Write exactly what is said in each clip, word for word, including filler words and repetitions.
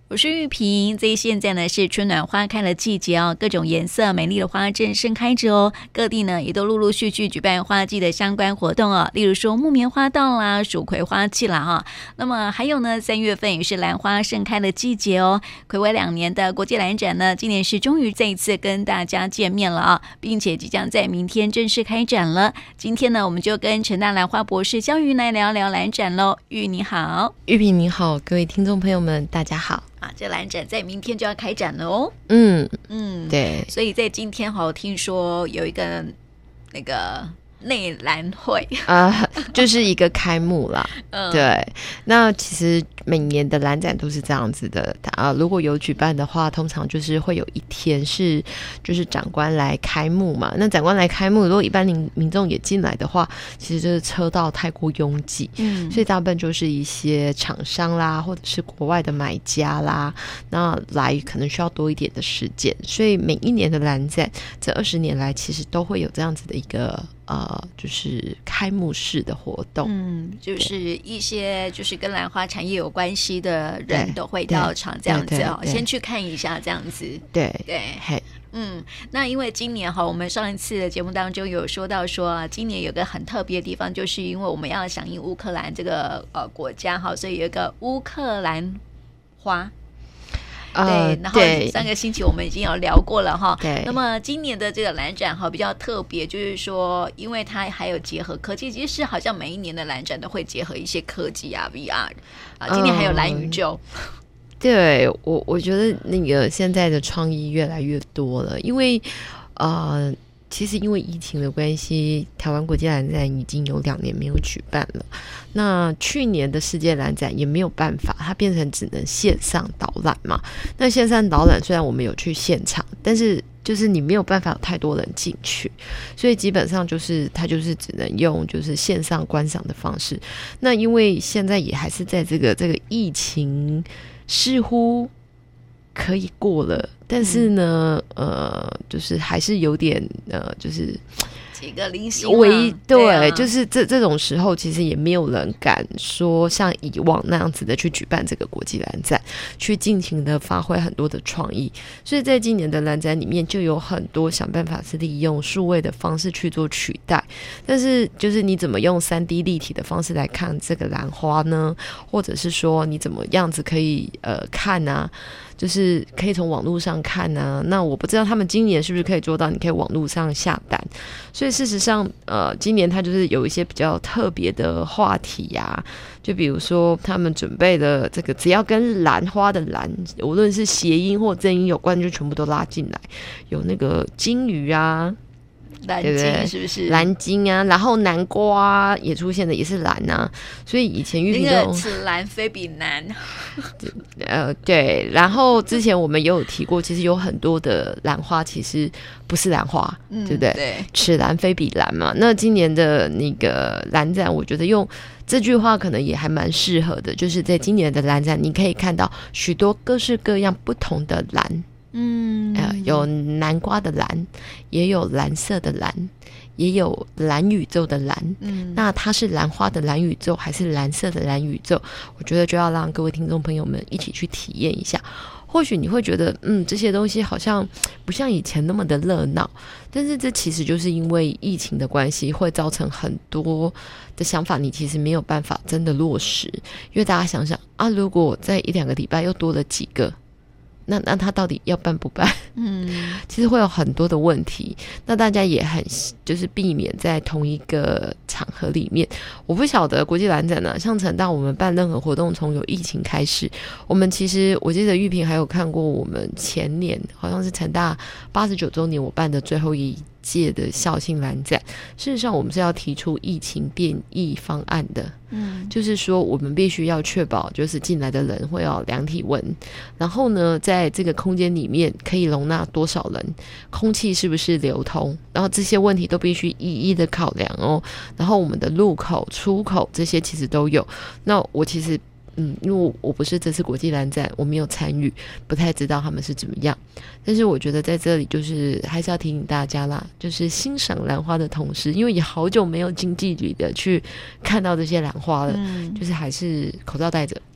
我是玉萍，这现在呢是春暖花开的季节哦，各种颜色美丽的花正盛开着哦，各地呢也都陆陆续续举办花季的相关活动哦，例如说木棉花道啦、蜀葵花季啦哈、哦，那么还有呢三月份也是兰花盛开的季节哦，睽违两年的国际兰展呢，今年是终于再一次跟大家见面了啊，并且即将在明天正式开展了。今天呢，我们就跟陈大兰花博士焦瑜来聊聊兰展喽。玉你好。 玉萍你好，各位听众朋友们大家好。 啊，这兰展在明天就要开展了哦。 嗯嗯， 对， 所以在今天哈，我听说有一个那个内兰会啊、呃，就是一个开幕啦。 嗯， 对，那其实每年的兰展都是这样子的啊、呃。如果有举办的话，通常就是会有一天是就是长官来开幕嘛。那长官来开幕，如果一般民民众也进来的话，其实就是车道太过拥挤，嗯，所以大部分就是一些厂商啦，或者是国外的买家啦，那来可能需要多一点的时间。所以每一年的兰展，这二十年来其实都会有这样子的一个。呃，就是开幕式的活动， 嗯，就是一些就是跟兰花产业有关系的人都会到场这样子哦，先去看一下这样子， 对对，嗯，那因为今年哈，我们上一次的节目当中有说到说，今年有个很特别的地方，就是因为我们要响应乌克兰这个呃国家哈，所以有一个乌克兰花。对，然后上个星期我们已经有聊过了哈。对，那么今年的这个兰展哈比较特别，就是说，因为它还有结合科技，其实好像每一年的兰展都会结合一些科技啊 V R 啊，今年还有蓝宇宙。嗯、 对我，我觉得那个现在的创意越来越多了，因为呃。其实因为疫情的关系，台湾国际兰展已经有两年没有举办了。那去年的世界兰展也没有办法，它变成只能线上导览嘛。那线上导览虽然我们有去现场，但是就是你没有办法有太多人进去，所以基本上就是它就是只能用就是线上观赏的方式。那因为现在也还是在这个这个疫情似乎可以过了，但是呢，嗯、呃，就是还是有点呃，就是几个零星微对， 对啊、 就是这这种时候，其实也没有人敢说像以往那样子的去举办这个国际兰展，去尽情的发挥很多的创意。所以在今年的兰展里面，就有很多想办法是利用数位的方式去做取代。但是，就是你怎么用 三 D 立体的方式来看这个兰花呢？或者是说你怎么样子可以呃看啊？就是可以从网络上看啊，那我不知道他们今年是不是可以做到，你可以网络上下单。所以事实上，呃，今年它就是有一些比较特别的话题呀、啊，就比如说他们准备的这个，只要跟兰花的兰，无论是谐音或正音有关，就全部都拉进来。有那个金鱼啊。 蓝鲸是不是蓝鲸啊？然后南瓜也出现的，也是蓝啊。所以以前玉萍那个此蓝非彼蓝， 呃，对。然后之前我们也有提过，其实有很多的兰花其实不是兰花，嗯、对不对？ 对， 此蓝非彼蓝嘛。那今年的那个兰展，我觉得用这句话可能也还蛮适合的，就是在今年的兰展，你可以看到许多各式各样不同的兰。嗯、呃，有南瓜的蓝，也有蓝色的蓝，也有蓝宇宙的蓝。嗯，那它是兰花的蓝宇宙，还是蓝色的蓝宇宙？我觉得就要让各位听众朋友们一起去体验一下。或许你会觉得，嗯，这些东西好像不像以前那么的热闹，但是这其实就是因为疫情的关系，会造成很多的想法，你其实没有办法真的落实。因为大家想想啊，如果在一两个礼拜又多了几个。那那他到底要办不办？嗯，其实会有很多的问题。那大家也很就是避免在同一个场合里面。我不晓得国际兰展呢、啊，像成大我们办任何活动，从有疫情开始，我们其实我记得玉萍还有看过我们前年好像是成大八十九周年我办的最后一届的校庆兰展。事实上，我们是要提出疫情变异方案的。嗯，就是说我们必须要确保，就是进来的人会有量体温，然后呢，在这个空间里面可以容纳多少人，空气是不是流通，然后这些问题都必须一一的考量哦。然后我们的入口、出口这些其实都有。那我其实。嗯，因为我不是这次国际兰展，我没有参与，不太知道他们是怎么样。但是我觉得在这里就是还是要提醒大家啦，就是欣赏兰花的同时，因为也好久没有近距离的去看到这些兰花了，嗯、就是还是口罩戴着。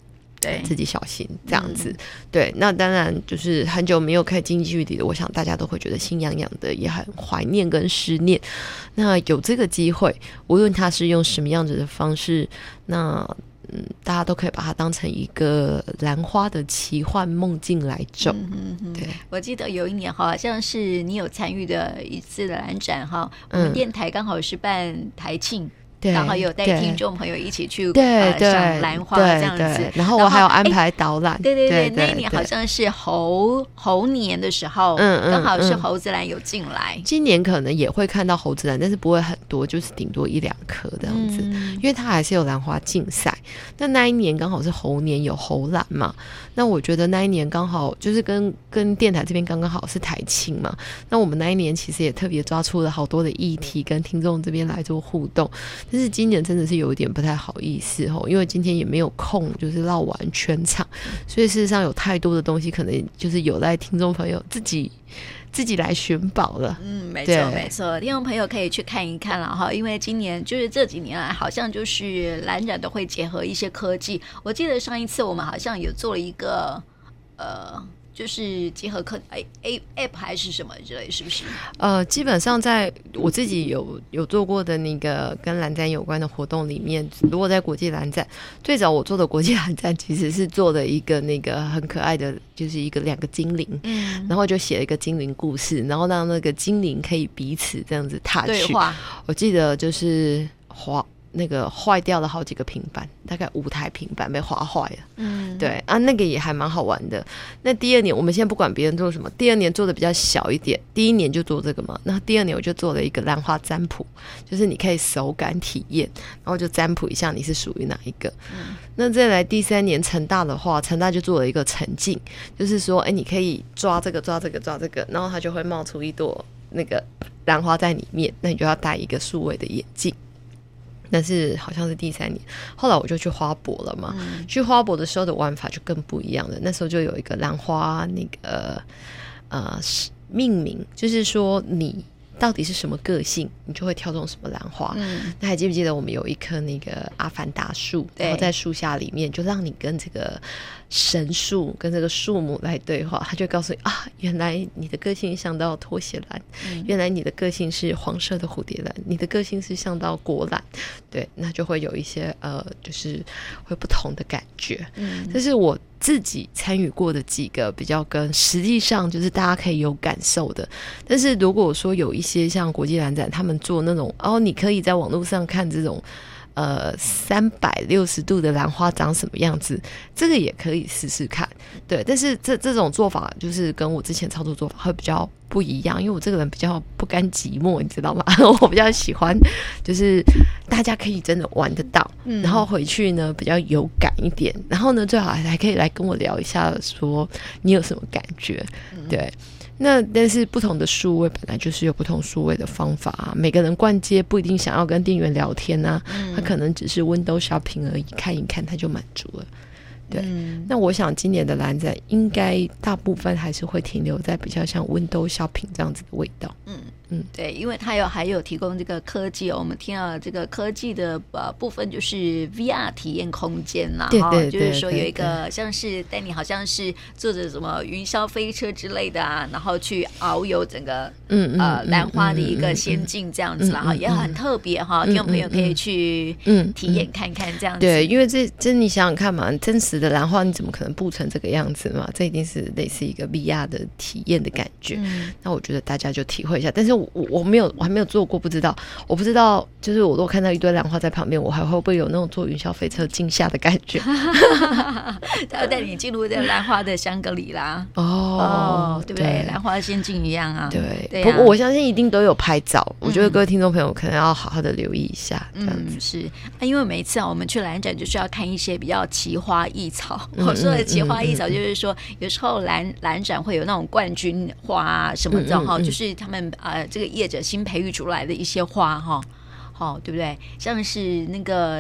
对， 自己小心这样子、嗯、对。那当然就是很久没有可以近距离的，我想大家都会觉得心痒痒的，也很怀念跟思念。那有这个机会，无论他是用什么样子的方式，那嗯，大家都可以把它当成一个兰花的奇幻梦境来种、嗯、哼哼对。 我记得有一年好像是你有参与的一次的兰展哈，我们电台刚好是办台庆，然后有带听众朋友一起去对、 呃、赏兰花这样子， 然后我还有安排导览。 对对 对, 对, 对，那一年好像是猴猴年的时候，嗯嗯，刚好是猴子兰有进来、嗯。今年可能也会看到猴子兰，但是不会很多，就是顶多一两颗这样子、嗯，因为它还是有兰花竞赛。那那一年刚好是猴年，有猴兰嘛。那我觉得那一年刚好就是跟跟电台这边刚刚好是台庆嘛。那我们那一年其实也特别抓出了好多的议题，跟听众这边来做互动。但是今年真的是有一点不太好意思齁，因为今天也没有空就是绕完全场，所以事实上有太多的东西可能就是有赖听众朋友自己自己来寻宝了。 嗯，没错没错，听众朋友可以去看一看了哈，因为今年就是这几年来好像就是兰展都会结合一些科技。我记得上一次我们好像有做了一个呃就是结合科 A A App 还是什么之类，是不是？ 呃，基本上在我自己有有做过的那个跟兰展有关的活动里面，如果在国际兰展，最早我做的国际兰展其实是做的一个那个很可爱的，就是一个两个精灵，嗯，然后就写了一个精灵故事，然后让那个精灵可以彼此这样子touch对话。我记得就是花。那个坏掉了好几个平板，大概五台平板被划坏了。嗯，对啊，那个也还蛮好玩的。那第二年，我们先不管别人做什么，第二年做的比较小一点，第一年就做这个嘛。那第二年我就做了一个兰花占卜，就是你可以手感体验，然后就占卜一下你是属于哪一个。嗯，那再来第三年成大的话，成大就做了一个沉浸，就是说，哎，你可以抓这个抓这个抓这个，然后它就会冒出一朵那个兰花在里面，那你就要戴一个数位的眼镜。但是好像是第三年，后来我就去花博了嘛、嗯、去花博的时候的玩法就更不一样了。那时候就有一个兰花那个呃命名，就是说你到底是什么个性，你就会挑中什么兰花、嗯、那还记不记得我们有一棵那个阿凡达树，然后在树下里面就让你跟这个神树跟这个树木来对话，他就告诉你啊，原来你的个性像到拖鞋兰、嗯、原来你的个性是黄色的蝴蝶兰，你的个性是像到果兰，对，那就会有一些呃就是会不同的感觉。嗯，这是我自己参与过的几个比较跟实际上就是大家可以有感受的。但是如果说有一些像国际兰展他们做那种哦，你可以在网络上看这种呃三百六十度的兰花长什么样子，这个也可以试试看。对，但是这这种做法就是跟我之前操作做法会比较不一样，因为我这个人比较不甘寂寞，你知道吗？我比较喜欢就是大家可以真的玩得到、嗯、然后回去呢比较有感一点，然后呢最好还可以来跟我聊一下说你有什么感觉、嗯、对。那但是不同的数位本来就是有不同数位的方法啊，每个人逛街不一定想要跟店员聊天啊、嗯、他可能只是 window shopping 而已，看一看他就满足了。对、嗯，那我想今年的兰展应该大部分还是会停留在比较像 window shopping 这样子的味道。嗯嗯， 对，因为它有还有提供这个科技、哦、我们听到这个科技的呃部分就是 V R 体验空间啦， 对对对， 就是说有一个像是带你好像是坐着什么云霄飞车之类的啊，然后去遨游整个嗯呃兰花的一个仙境这样子啦，嗯嗯、也很特别哈，听众朋友可以去体验看看这样子。 对，因为这这你想想看嘛，真实的兰花你怎么可能布成这个样子嘛？这一定是类似一个 V R 的体验的感觉。嗯、那我觉得大家就体会一下，但是我我没有我还没有做过，不知道我不知道，就是我如果看到一堆兰花在旁边，我还会不会有那种坐云霄飞车惊吓的感觉？ 他要带你进入这个兰花的香格里拉哦, 哦，对不对？兰花仙境一样啊。 对， 对啊， 不过我相信一定都有拍照，我觉得各位听众朋友可能要好好的留意一下。这样子、 嗯、是、啊，因为每一次啊，我们去兰展就是要看一些比较奇花异草。嗯、我说的奇花异草，就是说、嗯嗯、有时候兰兰展会有那种冠军花啊什么的哈、嗯嗯嗯，就是他们呃这个业者新培育出来的一些花哈。哦，对不对？像是那个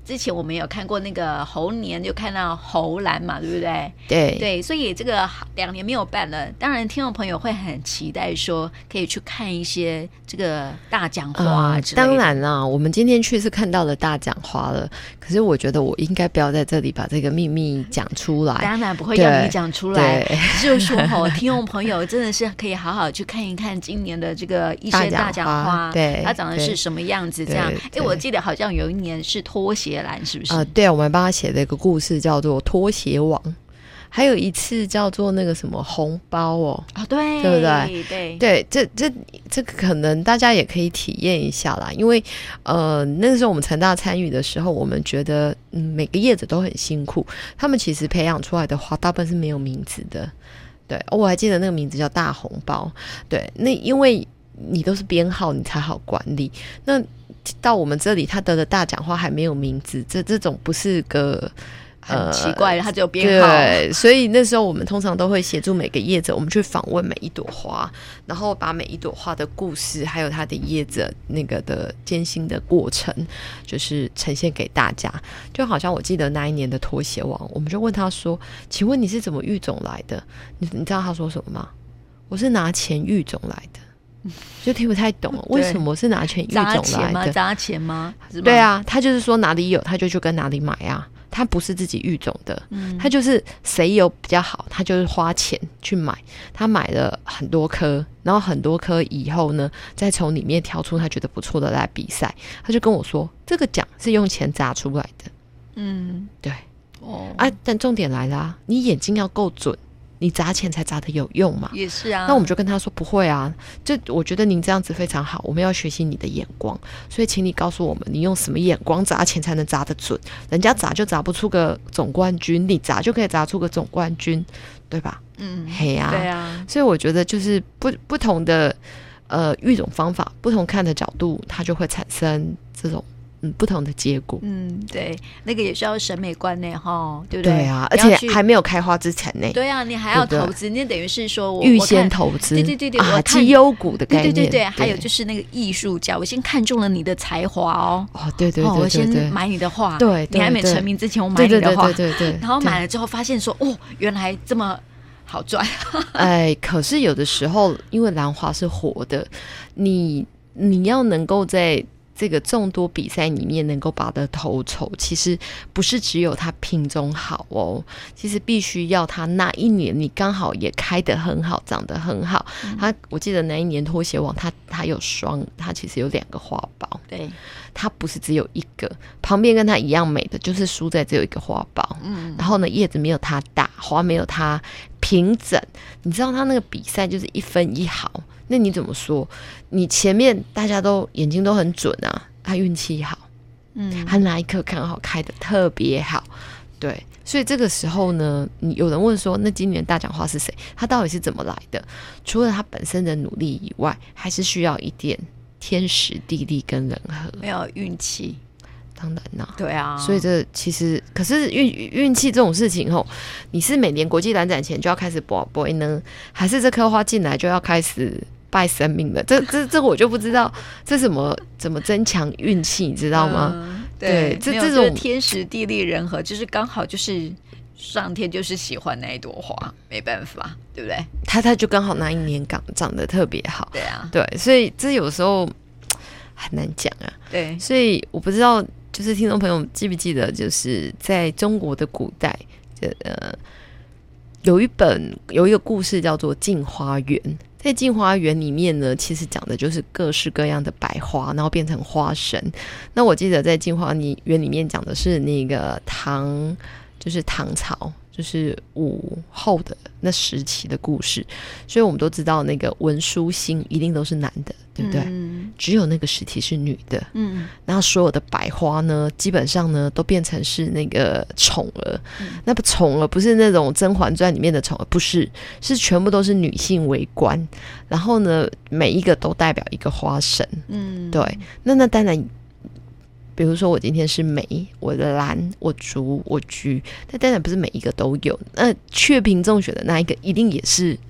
之前我们有看过那个猴年，就看到猴兰嘛，对不对？ 对对，所以这个两年没有办了，当然听众朋友会很期待说可以去看一些这个大奖花之类的、 呃、当然啦，我们今天去是看到了大奖花了，可是我觉得我应该不要在这里把这个秘密讲出来。 当然不会让你讲出来，只是说吼，听众朋友真的是可以好好去看一看今年的这个一些大奖花， 对， 它长得是什么样子这样。哎，我记得好像有一年是拖鞋兰，是不是？ 呃，对，我们帮他写了一个故事叫做拖鞋王，还有一次叫做那个什么红包哦， 哦对， 对不对？ 对对，这这这个可能大家也可以体验一下啦，因为呃那个时候我们成大参与的时候，我们觉得嗯每个业者都很辛苦，他们其实培养出来的花大部分是没有名字的。对、哦、我还记得那个名字叫大红包。对，那因为你都是编号你才好管理，那到我们这里他得的大奖花还没有名字，这这种不是个很奇怪的，他只有编号。 对，所以那时候我们通常都会协助每个业者，我们去访问每一朵花，然后把每一朵花的故事还有它的业者那个的艰辛的过程就是呈现给大家。就好像我记得那一年的拖鞋王，我们就问他说，请问你是怎么育种来的？ 你, 你知道他说什么吗？我是拿钱育种来的。就听不太懂为什么是拿钱育种来的？ 砸钱吗？砸钱吗？ 对啊，他就是说哪里有他就去跟哪里买啊，他不是自己育种的、嗯、他就是谁有比较好他就是花钱去买，他买了很多颗，然后很多颗以后呢再从里面挑出他觉得不错的来比赛。他就跟我说这个奖是用钱砸出来的。嗯，对哦啊，但重点来了、啊、你眼睛要够准，你砸钱才砸得有用嘛。 也是啊。 那我们就跟他说不会啊，就我觉得您这样子非常好，我们要学习你的眼光，所以请你告诉我们你用什么眼光砸钱才能砸得准，人家砸就砸不出个总冠军，你砸就可以砸出个总冠军，对吧？嗯，嘿啊， 对啊。 所以我觉得就是不不同的呃育种方法，不同看的角度，它就会产生这种嗯，不同的结果。 嗯，对，那个也需要审美观呢，哈，对不对？ 对啊，而且还没有开花之前呢。 对啊，你还要投资，那等于是说我预先投资， 对对对对， 啊，绩优股的概念， 对对对对，还有就是那个艺术家，我先看中了你的才华哦， 哦，对对对对对， 我先买你的画， 对， 你还没成名之前，我买你的画， 对对对对， 然后买了之后发现说，哦，原来这么好赚。 哎，可是有的时候，因为兰花是活的，你你要能够在这个众多比赛里面能够拔得头筹，其实不是只有他品种好哦，其实必须要他那一年你刚好也开得很好，长得很好。嗯、他我记得那一年拖鞋王，他他有双，他其实有两个花苞， 对， 他不是只有一个，旁边跟他一样美的就是输在只有一个花苞，嗯，然后呢叶子没有他大，花没有他平整，你知道他那个比赛就是一分一毫。那你怎么说？你前面大家都眼睛都很准啊，他运气好，嗯，他那一颗刚好开得特别好，对，所以这个时候呢，你有人问说，那今年大奖花是谁？他到底是怎么来的？除了他本身的努力以外，还是需要一点天时地利跟人和， 没有运气。 当然啦、啊， 对啊， 所以这其实可是运运气这种事情吼，你是每年国际兰展前就要开始博博呢，还是这颗花进来就要开始拜神明了？这这这我就不知道，这怎么怎么增强运气，你知道吗？嗯、 对， 这这种天时地利人和，就是刚好就是上天就是喜欢那一朵花，没办法，对不对？ 他他就刚好那一年长长得特别好， 对啊， 对，所以这有时候很难讲啊。 对， 所以我不知道。就是听众朋友记不记得，就是在中国的古代，呃，有一本有一个故事叫做《镜花缘》。在《镜花缘》里面呢，其实讲的就是各式各样的百花，然后变成花神。那我记得在《镜花缘》里面讲的是那个唐，就是唐朝，就是武后的那时期的故事。所以我们都知道，那个文殊星一定都是男的，对不对？嗯、只有那个时期是女的。嗯，然后所有的百花呢，基本上呢都变成是那个宠儿。嗯、那不宠儿不是那种《甄嬛传》里面的宠儿，不是，是全部都是女性为官。然后呢，每一个都代表一个花神。嗯，对。那那当然。比如说我今天是梅，我的兰，我竹，我菊，但当然不是每一个都有。那雀屏中选的那一个一定也是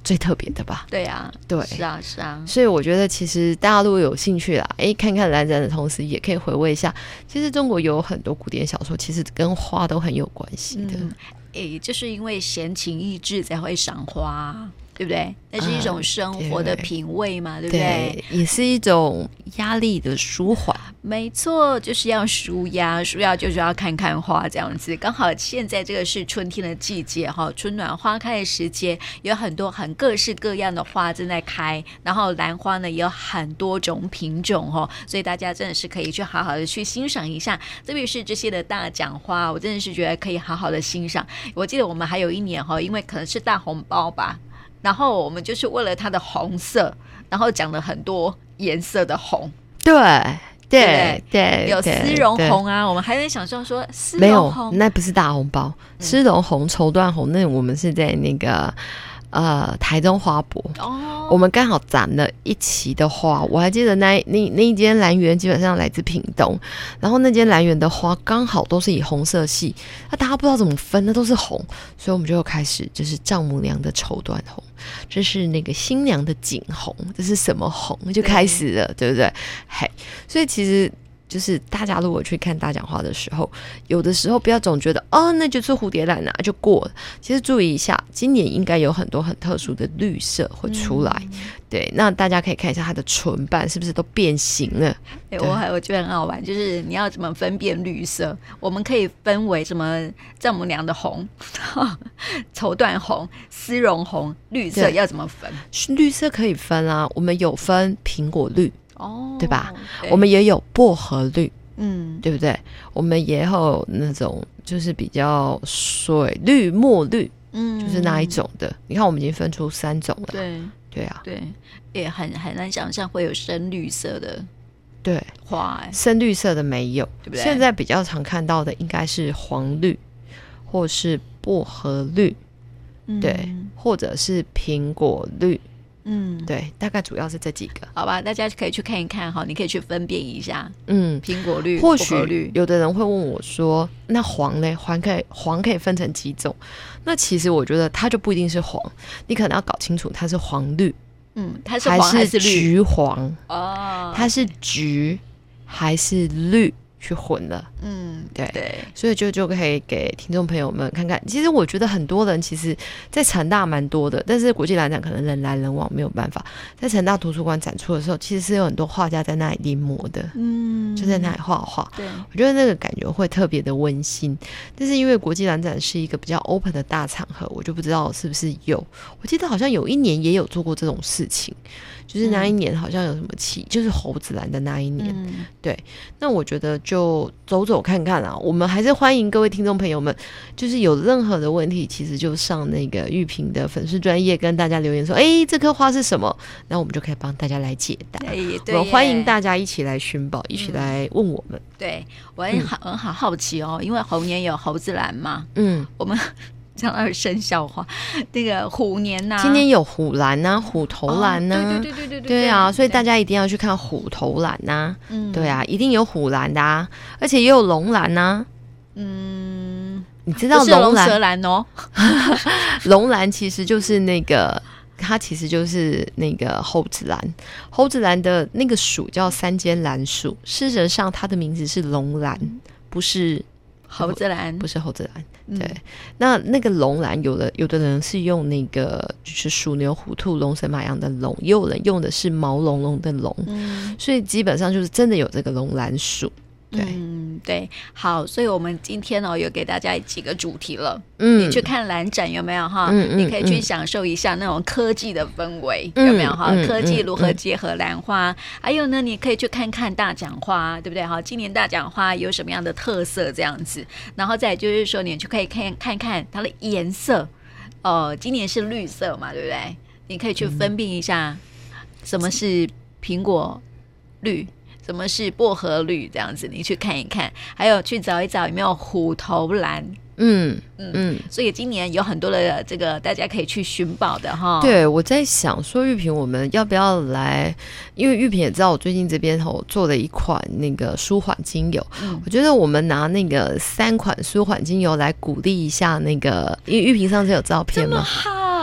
最特别的吧。 对啊， 对， 是啊是啊， 所以我觉得其实大家如果有兴趣啦，哎，看看蓝展的同时，也可以回味一下，其实中国有很多古典小说，其实跟花都很有关系的。 嗯，诶，就是因为闲情逸致才会赏花，对不对？那是一种生活的品味嘛，啊、对, 对不对？ 对，也是一种压力的舒缓。 没错，就是要舒压，舒压就是要看看花这样子。刚好现在这个是春天的季节哈，春暖花开的时节，有很多很各式各样的花正在开，然后兰花呢也有很多种品种哈，所以大家真的是可以去好好的去欣赏一下，特别是这些的大奖花，我真的是觉得可以好好的欣赏。我记得我们还有一年哈，因为可能是大红包吧，然后我们就是为了它的红色，然后讲了很多颜色的红， 对。 对对, 对， 有丝绒红啊，我们还在想象说丝绒红， 没有，那不是大红包，丝绒红、绸缎红，那我们是在那个呃台中花博，哦，我们刚好攒了一期的花，我还记得那那那一间兰园基本上来自屏东，然后那间兰园的花刚好都是以红色系，那大家不知道怎么分，那都是红，所以我们就开始就是丈母娘的绸缎红，这是那个新娘的锦红，这是什么红，就开始了， 对, 对不对？嘿，所以其实就是大家如果去看大奖花的时候，有的时候不要总觉得哦那就是蝴蝶兰啊就过了，其实注意一下，今年应该有很多很特殊的绿色会出来，嗯、对，那大家可以看一下它的唇瓣是不是都变形了。 欸、我还我觉得很好玩，就是你要怎么分辨绿色，我们可以分为什么丈母娘的红、绸缎红、丝绒红，绿色要怎么分？ 绿色可以分啊，我们有分苹果绿，哦，对吧？ 对， 我们也有薄荷绿， 嗯， 对不对？我们也有那种就是比较水绿、墨绿，嗯，就是那一种的。你看，我们已经分出三种了。 对， 对啊， 对，也很很难想象会有深绿色的对花、欸， 深绿色的没有， 对不对？ 现在比较常看到的应该是黄绿，或是薄荷绿，嗯、对，或者是苹果绿。嗯，对，大概主要是这几个， 好吧，大家可以去看一看哈，你可以去分辨一下， 嗯， 苹果绿、 或许有的人会问我说，那黄呢？黄可以黄可以分成几种？那其实我觉得它就不一定是黄，你可能要搞清楚它是黄绿， 嗯，它是黄还是绿？ 橘黄哦， 它是橘还是绿？去混了，嗯，对对，所以就就可以给听众朋友们看看。其实我觉得很多人其实，在成大蛮多的，但是国际兰展可能人来人往没有办法。在成大图书馆展出的时候，其实是有很多画家在那里临摹的，嗯，就在那里画画。对，我觉得那个感觉会特别的温馨。但是因为国际兰展是一个比较 open 的大场合，我就不知道是不是有。我记得好像有一年也有做过这种事情。就是那一年好像有什么期、嗯、就是猴子兰的那一年、嗯、对，那我觉得就走走看看啊，我们还是欢迎各位听众朋友们，就是有任何的问题其实就上那个玉萍的粉丝专页跟大家留言说，哎，这颗花是什么，那我们就可以帮大家来解答。对对，我欢迎大家一起来寻宝、嗯、一起来问我们。 对，我很好、嗯、很好好奇哦，因为猴年有猴子兰嘛，嗯，我们讲到生肖花，那个虎年呐、啊， 今年有虎兰呐、啊，虎头兰呐、啊哦，对对对对对对， 对啊，所以大家一定要去看虎头兰呐、啊，嗯，对啊，一定有虎兰的啊，而且也有龙兰呐、啊，嗯，你知道龙兰？ 蛇兰哦， 龙兰其实就是那个，它其实就是那个猴子兰，猴子兰的那个属叫三尖兰属，事实上它的名字是龙兰，不是。 猴子兰不是猴子兰，对，嗯、那那个龙兰，有的有的人是用那个就是鼠牛虎兔龙神马羊的龙，也有人用的是毛茸茸的龙，嗯、所以基本上就是真的有这个龙兰属。对， 嗯，对，好，所以我们今天哦有给大家几个主题了，嗯，你去看兰展有没有哈？嗯嗯、你可以去享受一下那种科技的氛围，嗯、有没有哈？嗯、科技如何结合兰花？嗯、还有呢，你可以去看看大奖花，对不对哈？今年大奖花有什么样的特色这样子？然后再就是说，你就可以看看看它的颜色，哦，今年是绿色嘛，对不对？你可以去分辨一下什么是苹果绿。什么是薄荷绿这样子，你去看一看，还有去找一找有没有虎头兰，嗯嗯嗯，所以今年有很多的这个大家可以去寻宝的哈。 对，我在想说玉萍我们要不要来，因为玉萍也知道我最近这边吼做了一款那个舒缓精油，嗯、我觉得我们拿那个三款舒缓精油来鼓励一下那个，因为玉萍上次有照片嘛， 这么好。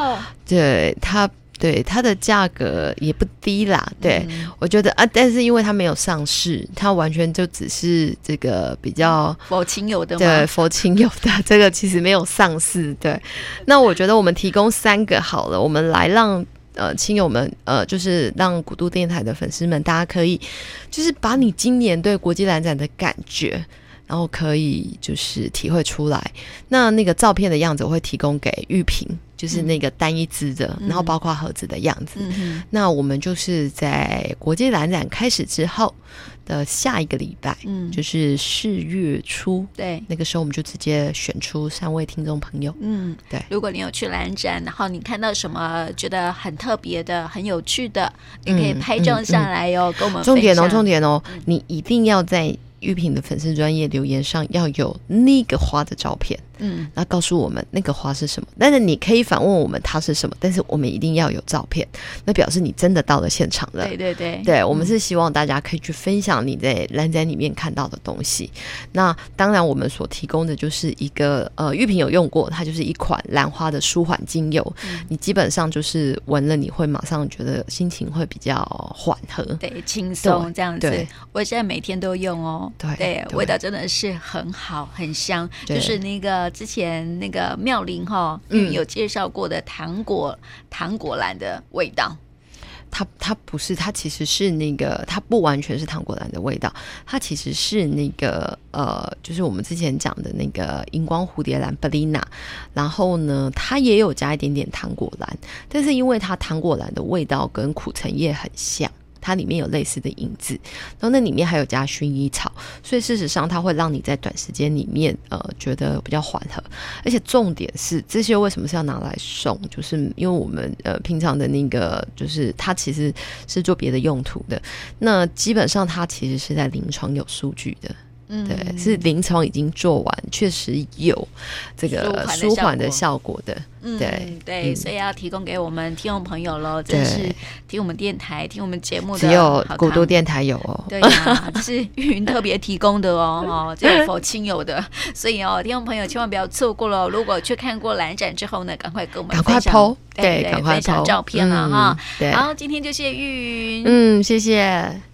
对它。对它的价格也不低啦，对、 嗯、 我觉得啊，但是因为它没有上市，它完全就只是这个比较佛亲友的吗？ 对，佛亲友的这个其实没有上市。对，那我觉得我们提供三个好了，我们来让呃亲友们呃，就是让古都电台的粉丝们，大家可以就是把你今年对国际蓝展的感觉。然后可以就是体会出来，那那个照片的样子我会提供给玉萍，就是那个单一支的、嗯、然后包括盒子的样子、嗯、那我们就是在国际蓝展开始之后的下一个礼拜、嗯、就是四月初，对，那个时候我们就直接选出三位听众朋友。嗯，对， 如果你有去蓝展，然后你看到什么觉得很特别的很有趣的，你可以拍照下来哦、嗯嗯、跟我们分享。 重点哦重点哦、嗯、你一定要在玉萍的粉丝专页留言上要有那个花的照片，嗯，然后告诉我们那个花是什么。但是你可以反问我们它是什么，但是我们一定要有照片，那表示你真的到了现场了。 对对对， 对，我们是希望大家可以去分享你在蓝展里面看到的东西。那当然，我们所提供的就是一个呃，玉萍有用过，它就是一款兰花的舒缓精油、嗯，你基本上就是闻了，你会马上觉得心情会比较缓和， 对，轻松这样子。我现在每天都用哦。对, 对，味道真的是很好很香，就是那个之前那个妙龄哈嗯有介绍过的糖果、嗯、糖果蓝的味道。 它它不是，它其实是那个，它不完全是糖果蓝的味道，它其实是那个呃，就是我们之前讲的那个荧光蝴蝶兰 Belina， 然后呢，它也有加一点点糖果蓝，但是因为它糖果蓝的味道跟苦橙叶很像。它里面有类似的影子，然后那里面还有加薰衣草，所以事实上它会让你在短时间里面呃觉得比较缓和，而且重点是这些为什么是要拿来送，就是因为我们呃平常的那个就是它其实是做别的用途的，那基本上它其实是在临床有数据的。嗯，对，是临床已经做完，确实有这个舒缓的效果的。 嗯，对对、嗯，所以要提供给我们听众朋友咯，真是听我们电台、听我们节目的， 只有古都电台有哦。 对啊，这是玉云特别提供的哦，哦，只有否亲友的，所以哦，听众朋友千万不要错过了。如果去看过蓝展之后呢，赶快跟我们分享， 赶快 po， 对， 赶快 po 分享照片了、嗯、哈。 对， 好，今天就谢谢玉云， 嗯，谢谢。